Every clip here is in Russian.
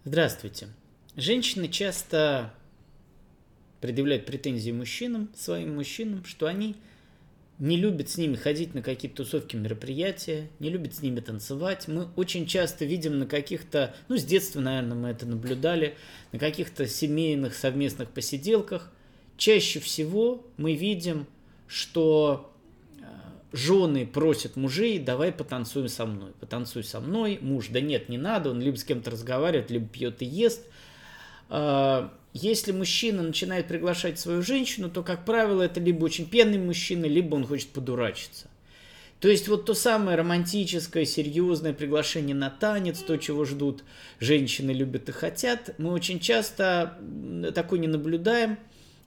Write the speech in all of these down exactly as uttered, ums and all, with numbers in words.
Здравствуйте. Женщины часто предъявляют претензии мужчинам, своим мужчинам, что они не любят с ними ходить на какие-то тусовки, мероприятия, не любят с ними танцевать. Мы очень часто видим на каких-то, ну, с детства, наверное, мы это наблюдали, на каких-то семейных совместных посиделках. Чаще всего мы видим, что жены просят мужей: давай потанцуем со мной, потанцуй со мной. Муж: да нет, не надо, он либо с кем-то разговаривает, либо пьет и ест. Если мужчина начинает приглашать свою женщину, то, как правило, это либо очень пьяный мужчина, либо он хочет подурачиться. То есть вот то самое романтическое, серьезное приглашение на танец, то, чего ждут женщины, любят и хотят, мы очень часто такое не наблюдаем.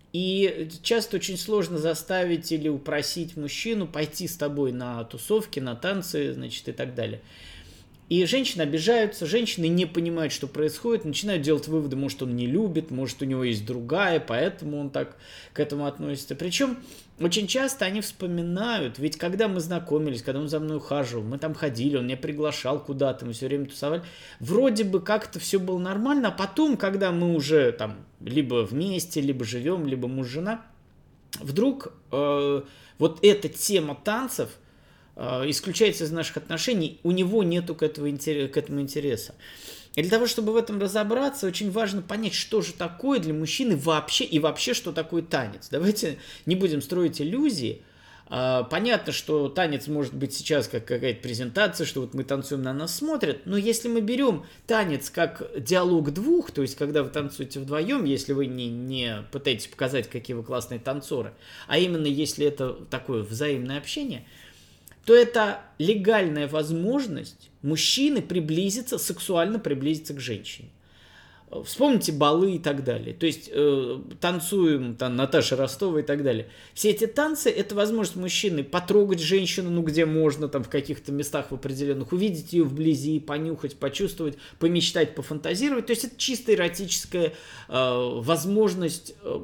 И часто очень сложно заставить или упросить мужчину пойти с тобой на тусовки, на танцы, значит, и так далее. И женщины обижаются, женщины не понимают, что происходит, начинают делать выводы: может, он не любит, может, у него есть другая, поэтому он так к этому относится. Причем очень часто они вспоминают, ведь когда мы знакомились, когда он за мной ухаживал, мы там ходили, он меня приглашал куда-то, мы все время тусовали, вроде бы как-то все было нормально, а потом, когда мы уже там либо вместе, либо живем, либо муж-жена, вдруг э, вот эта тема танцев исключается из наших отношений, у него нету к, этого, к этому интереса. И для того, чтобы в этом разобраться, очень важно понять, что же такое для мужчины вообще, и вообще, что такое танец. Давайте не будем строить иллюзии. Понятно, что танец может быть сейчас как какая-то презентация, что вот мы танцуем, на нас смотрят, но если мы берем танец как диалог двух, то есть когда вы танцуете вдвоем, если вы не, не пытаетесь показать, какие вы классные танцоры, а именно если это такое взаимное общение, то это легальная возможность мужчины приблизиться, сексуально приблизиться к женщине. Вспомните балы и так далее. То есть э, танцуем, там, Наташа Ростова и так далее. Все эти танцы – это возможность мужчины потрогать женщину, ну, где можно, там, в каких-то местах в определенных, увидеть ее вблизи, понюхать, почувствовать, помечтать, пофантазировать. То есть это чисто эротическая э, возможность, э,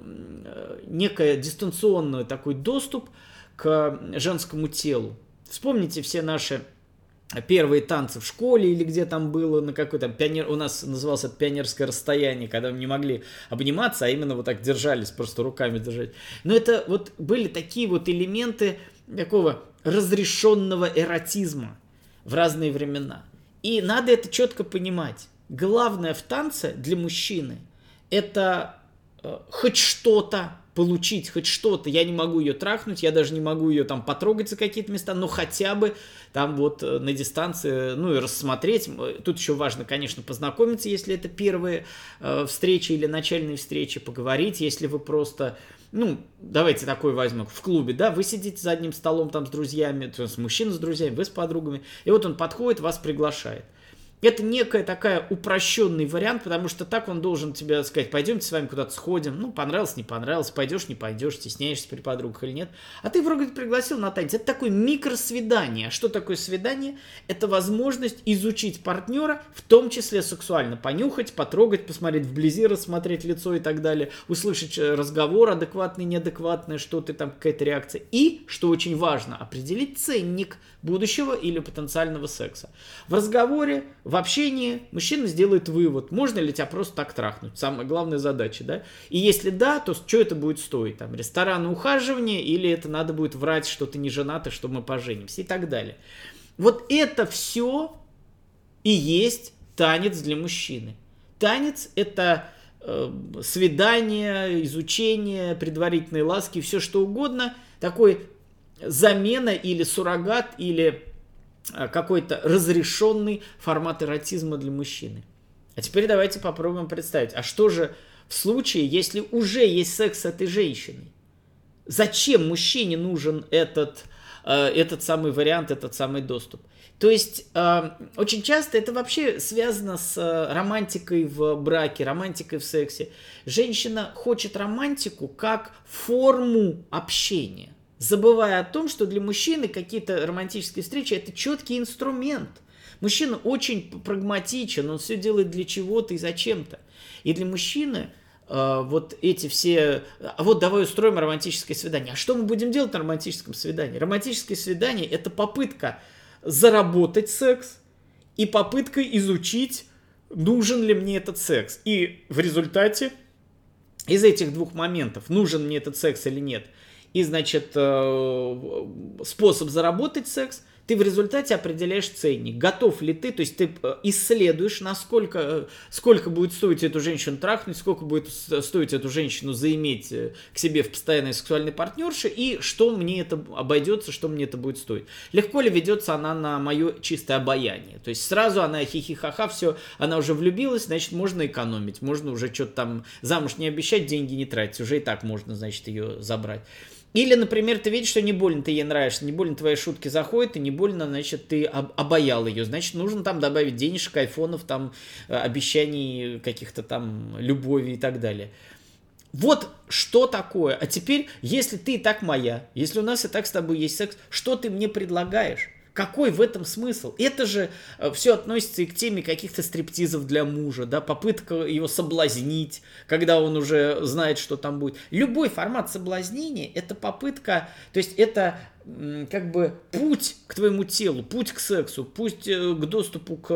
э, некая дистанционный такой доступ к женскому телу. Вспомните все наши первые танцы в школе или где там было, на какой-то пионер, у нас называлось это пионерское расстояние, когда мы не могли обниматься, а именно вот так держались, просто руками держать. Но это вот были такие вот элементы такого разрешенного эротизма в разные времена. И надо это четко понимать. Главное в танце для мужчины – это э, хоть что-то получить, хоть что-то. Я не могу ее трахнуть, я даже не могу ее там потрогать за какие-то места, но хотя бы там вот на дистанции, ну и рассмотреть. Тут еще важно, конечно, познакомиться, если это первые э, встречи или начальные встречи, поговорить, если вы просто, ну, давайте такой возьмем, в клубе, да, вы сидите за одним столом там с друзьями, то есть мужчина с друзьями, вы с подругами, и вот он подходит, вас приглашает. Это некая такая упрощенный вариант, потому что так он должен тебе сказать: пойдемте с вами куда-то сходим, ну, понравилось, не понравилось, пойдешь, не пойдешь, стесняешься при подругах или нет. А ты вроде пригласил на танец. Это такое микросвидание. А что такое свидание? Это возможность изучить партнера, в том числе сексуально, понюхать, потрогать, посмотреть вблизи, рассмотреть лицо и так далее, услышать разговор адекватный, неадекватный, что ты там, какая-то реакция. И, что очень важно, определить ценник будущего или потенциального секса. В разговоре, в общении мужчина сделает вывод: можно ли тебя просто так трахнуть. Самая главная задача, да? И если да, то что это будет стоить? Там, ресторан, ухаживание, или это надо будет врать, что ты не женат, и что мы поженимся, и так далее. Вот это все и есть танец для мужчины. Танец – это э, свидание, изучение, предварительные ласки, все что угодно. Такой замена или суррогат, или какой-то разрешенный формат эротизма для мужчины. А теперь давайте попробуем представить, а что же в случае, если уже есть секс с этой женщиной? Зачем мужчине нужен этот, э, этот самый вариант, этот самый доступ? То есть э, очень часто это вообще связано с э, романтикой в браке, романтикой в сексе. Женщина хочет романтику как форму общения, забывая о том, что для мужчины какие-то романтические встречи – это четкий инструмент. Мужчина очень прагматичен, он все делает для чего-то и зачем-то. И для мужчины э, вот эти все… А вот давай устроим романтическое свидание. А что мы будем делать на романтическом свидании? Романтическое свидание – это попытка заработать секс и попытка изучить нужен ли мне этот секс. И в результате из этих двух моментов, нужен мне этот секс или нет, и, значит, способ заработать секс, ты в результате определяешь ценник. Готов ли ты, то есть ты исследуешь, насколько, сколько будет стоить эту женщину трахнуть, сколько будет стоить эту женщину заиметь к себе в постоянной сексуальной партнерше, и что мне это обойдется, что мне это будет стоить. Легко ли ведется она на мое чистое обаяние. То есть сразу она хихи-ха-ха, все, она уже влюбилась, значит, можно экономить, можно уже что-то там замуж не обещать, деньги не тратить, уже и так можно, значит, ее забрать. Или, например, ты видишь, что не больно ты ей нравишься, не больно твои шутки заходят, и не больно, значит, ты обаял ее. Значит, нужно там добавить денежек, айфонов, там, обещаний каких-то там любови и так далее. Вот что такое. А теперь, если ты и так моя, если у нас и так с тобой есть секс, что ты мне предлагаешь? Какой в этом смысл? Это же все относится и к теме каких-то стриптизов для мужа, да, попытка его соблазнить, когда он уже знает, что там будет. Любой формат соблазнения – это попытка, то есть это как бы путь к твоему телу, путь к сексу, путь к доступу к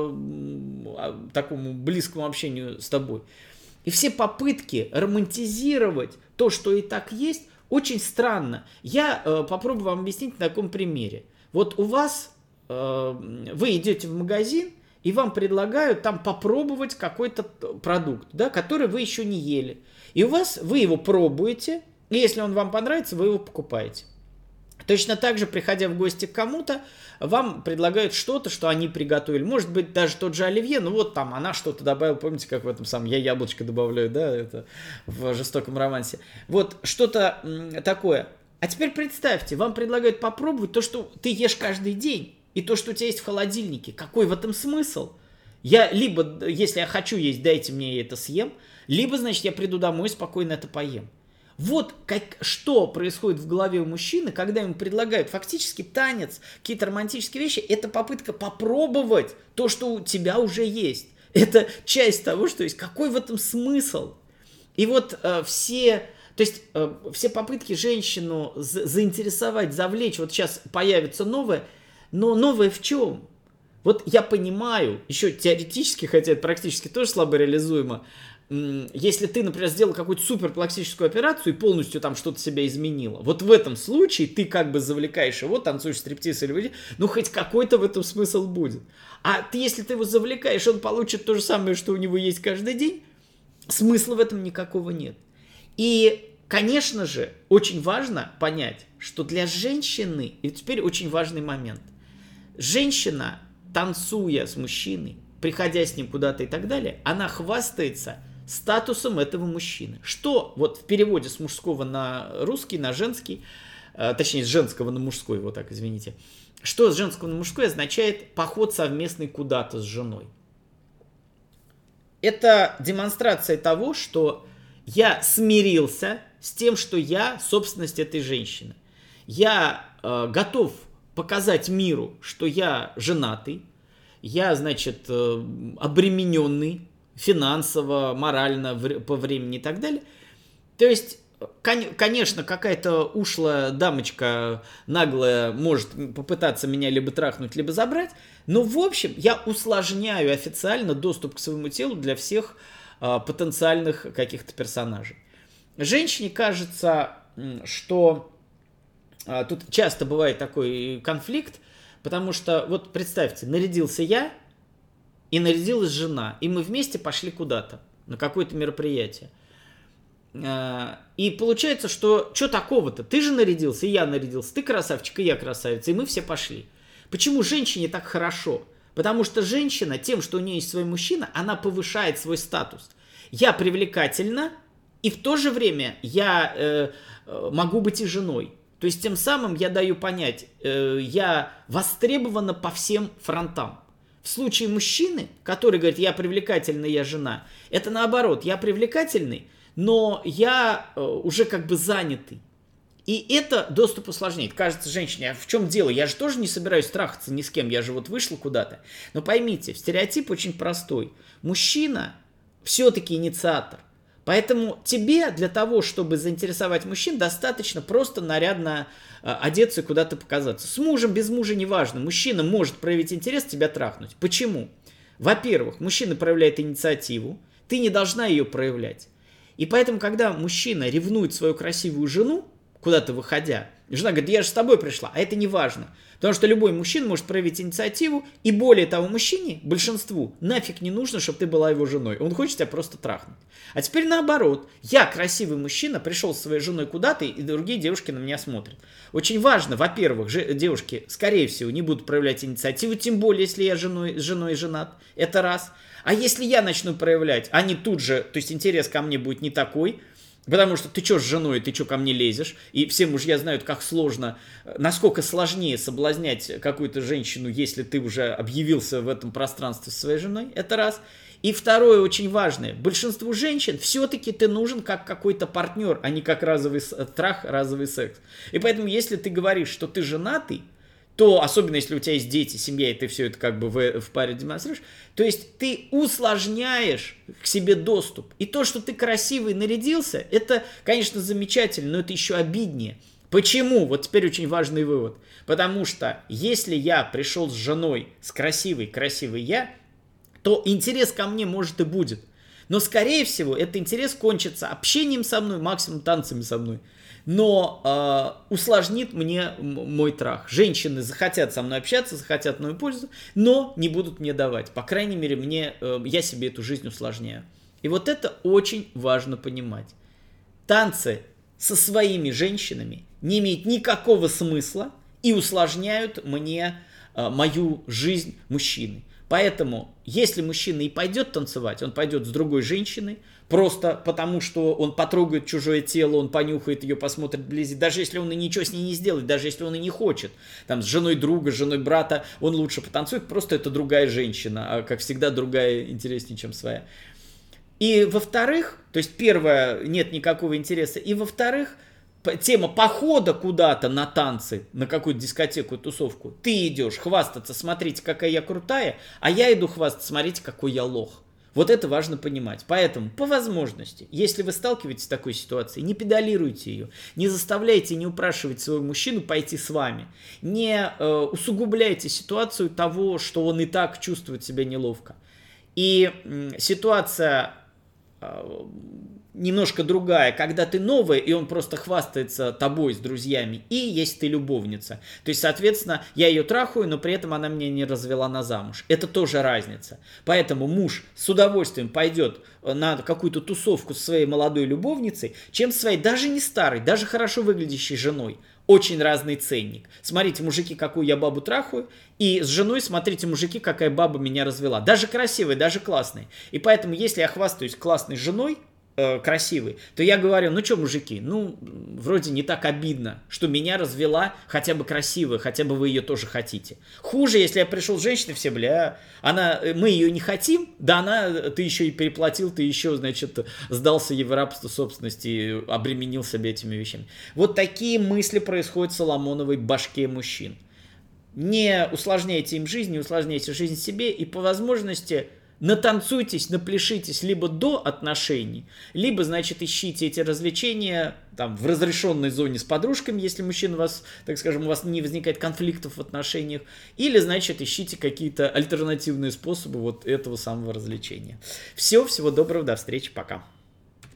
такому близкому общению с тобой. И все попытки романтизировать то, что и так есть, очень странно. Я попробую вам объяснить на таком примере. Вот у вас, э, вы идете в магазин, и вам предлагают там попробовать какой-то продукт, да, который вы еще не ели. И у вас, вы его пробуете, и если он вам понравится, вы его покупаете. Точно так же, приходя в гости к кому-то, вам предлагают что-то, что они приготовили. Может быть, даже тот же оливье, ну вот там она что-то добавила, помните, как в этом самом, я яблочко добавляю, да, это в «Жестоком романсе». Вот что-то такое. А теперь представьте, вам предлагают попробовать то, что ты ешь каждый день, и то, что у тебя есть в холодильнике. Какой в этом смысл? Я либо, если я хочу есть, дайте мне это съем, либо, значит, я приду домой и спокойно это поем. Вот как, что происходит в голове у мужчины, когда ему предлагают фактически танец, какие-то романтические вещи, это попытка попробовать то, что у тебя уже есть. Это часть того, что есть. Какой в этом смысл? И вот э, все... То есть э, все попытки женщину за- заинтересовать, завлечь, вот сейчас появится новое, но новое в чем? Вот я понимаю, еще теоретически, хотя это практически тоже слабо реализуемо, м- если ты, например, сделал какую-то суперпластическую операцию и полностью там что-то себя изменила, вот в этом случае ты как бы завлекаешь его, танцуешь стриптиз или ну хоть какой-то в этом смысл будет. А ты, если ты его завлекаешь, он получит то же самое, что у него есть каждый день, смысла в этом никакого нет. И, конечно же, очень важно понять, что для женщины, и теперь очень важный момент, женщина, танцуя с мужчиной, приходя с ним куда-то и так далее, она хвастается статусом этого мужчины. Что вот в переводе с мужского на русский, на женский, э, точнее с женского на мужской, вот так, извините, что с женского на мужской означает поход совместный куда-то с женой. Это демонстрация того, что я смирился с тем, что я собственность этой женщины. Я э, готов показать миру, что я женатый, я, значит, э, обремененный финансово, морально, в, по времени и так далее. То есть, кон- конечно, какая-то ушлая дамочка наглая может попытаться меня либо трахнуть, либо забрать, но, в общем, я усложняю официально доступ к своему телу для всех потенциальных каких-то персонажей. Женщине кажется, что а, тут часто бывает такой конфликт, потому что, вот представьте, нарядился я и нарядилась жена, и мы вместе пошли куда-то, на какое-то мероприятие. А, и получается, что что такого-то? Ты же нарядился, и я нарядился, ты красавчик, и я красавица, и мы все пошли. Почему женщине так хорошо? Потому что женщина, тем, что у нее есть свой мужчина, она повышает свой статус. Я привлекательна, и в то же время я э, могу быть и женой. То есть тем самым я даю понять, э, я востребована по всем фронтам. В случае мужчины, который говорит, я привлекательный, я жена, это наоборот, я привлекательный, но я э, уже как бы занятый. И это доступ усложняет. Кажется женщине, а в чем дело? Я же тоже не собираюсь трахаться ни с кем, я же вот вышла куда-то. Но поймите, стереотип очень простой. Мужчина все-таки инициатор. Поэтому тебе для того, чтобы заинтересовать мужчин, достаточно просто нарядно э, одеться и куда-то показаться. С мужем, без мужа, неважно. Мужчина может проявить интерес, тебя трахнуть. Почему? Во-первых, мужчина проявляет инициативу, ты не должна ее проявлять. И поэтому, когда мужчина ревнует свою красивую жену, куда-то выходя, жена говорит, я же с тобой пришла, а это не важно. Потому что любой мужчина может проявить инициативу, и более того, мужчине, большинству, нафиг не нужно, чтобы ты была его женой. Он хочет тебя просто трахнуть. А теперь наоборот. Я, красивый мужчина, пришел со своей женой куда-то, и другие девушки на меня смотрят. Очень важно, во-первых, же, девушки, скорее всего, не будут проявлять инициативу, тем более, если я женой, с женой женат. Это раз. А если я начну проявлять, они тут же, то есть интерес ко мне будет не такой, потому что ты что с женой, ты что ко мне лезешь? И все мужья знают, как сложно, насколько сложнее соблазнять какую-то женщину, если ты уже объявился в этом пространстве со своей женой. Это раз. И второе, очень важное. Большинству женщин все-таки ты нужен как какой-то партнер, а не как разовый трах, разовый секс. И поэтому, если ты говоришь, что ты женатый, то, особенно если у тебя есть дети, семья, и ты все это как бы в, в паре демонстрируешь, то есть ты усложняешь к себе доступ. И то, что ты красивый нарядился, это, конечно, замечательно, но это еще обиднее. Почему? Вот теперь очень важный вывод. Потому что если я пришел с женой, с красивой, красивый я, то интерес ко мне может и будет. Но, скорее всего, этот интерес кончится общением со мной, максимум танцами со мной. Но э, усложнит мне мой трах. Женщины захотят со мной общаться, захотят мою пользу, но не будут мне давать. По крайней мере, мне, э, я себе эту жизнь усложняю. И вот это очень важно понимать. Танцы со своими женщинами не имеют никакого смысла и усложняют мне э, мою жизнь мужчины. Поэтому, если мужчина и пойдет танцевать, он пойдет с другой женщиной, просто потому, что он потрогает чужое тело, он понюхает ее, посмотрит вблизи, даже если он и ничего с ней не сделает, даже если он и не хочет. Там с женой друга, с женой брата он лучше потанцует, просто это другая женщина, а как всегда другая интереснее, чем своя. И во-вторых, то есть первое, нет никакого интереса, и во-вторых, тема похода куда-то на танцы, на какую-то дискотеку, тусовку, ты идешь хвастаться, смотрите, какая я крутая, а я иду хвастаться, смотрите, какой я лох. Вот это важно понимать. Поэтому, по возможности, если вы сталкиваетесь с такой ситуацией, не педалируйте ее, не заставляйте, не упрашивайте своего мужчину пойти с вами, не э, усугубляйте ситуацию того, что он и так чувствует себя неловко. И э, ситуация э, немножко другая, когда ты новая, и он просто хвастается тобой с друзьями, и если ты любовница. То есть, соответственно, я ее трахаю, но при этом она меня не развела на замуж. Это тоже разница. Поэтому муж с удовольствием пойдет на какую-то тусовку со своей молодой любовницей, чем со своей даже не старой, даже хорошо выглядящей женой. Очень разный ценник. Смотрите, мужики, какую я бабу трахаю, и с женой смотрите, мужики, какая баба меня развела. Даже красивая, даже классная. И поэтому, если я хвастаюсь классной женой, красивый, то я говорю, ну что, мужики, ну, вроде не так обидно, что меня развела хотя бы красивая, хотя бы вы ее тоже хотите. Хуже, если я пришел с женщиной, все, бля, она, мы ее не хотим, да она, ты еще и переплатил, ты еще, значит, сдался ей в рабство собственности, обременил себя этими вещами. Вот такие мысли происходят в Соломоновой башке мужчин. Не усложняйте им жизнь, не усложняйте жизнь себе, и по возможности натанцуйтесь, напляшитесь либо до отношений, либо, значит, ищите эти развлечения там, в разрешенной зоне с подружками, если мужчина у вас, так скажем, у вас не возникает конфликтов в отношениях, или, значит, ищите какие-то альтернативные способы вот этого самого развлечения. Все, всего доброго, до встречи, пока.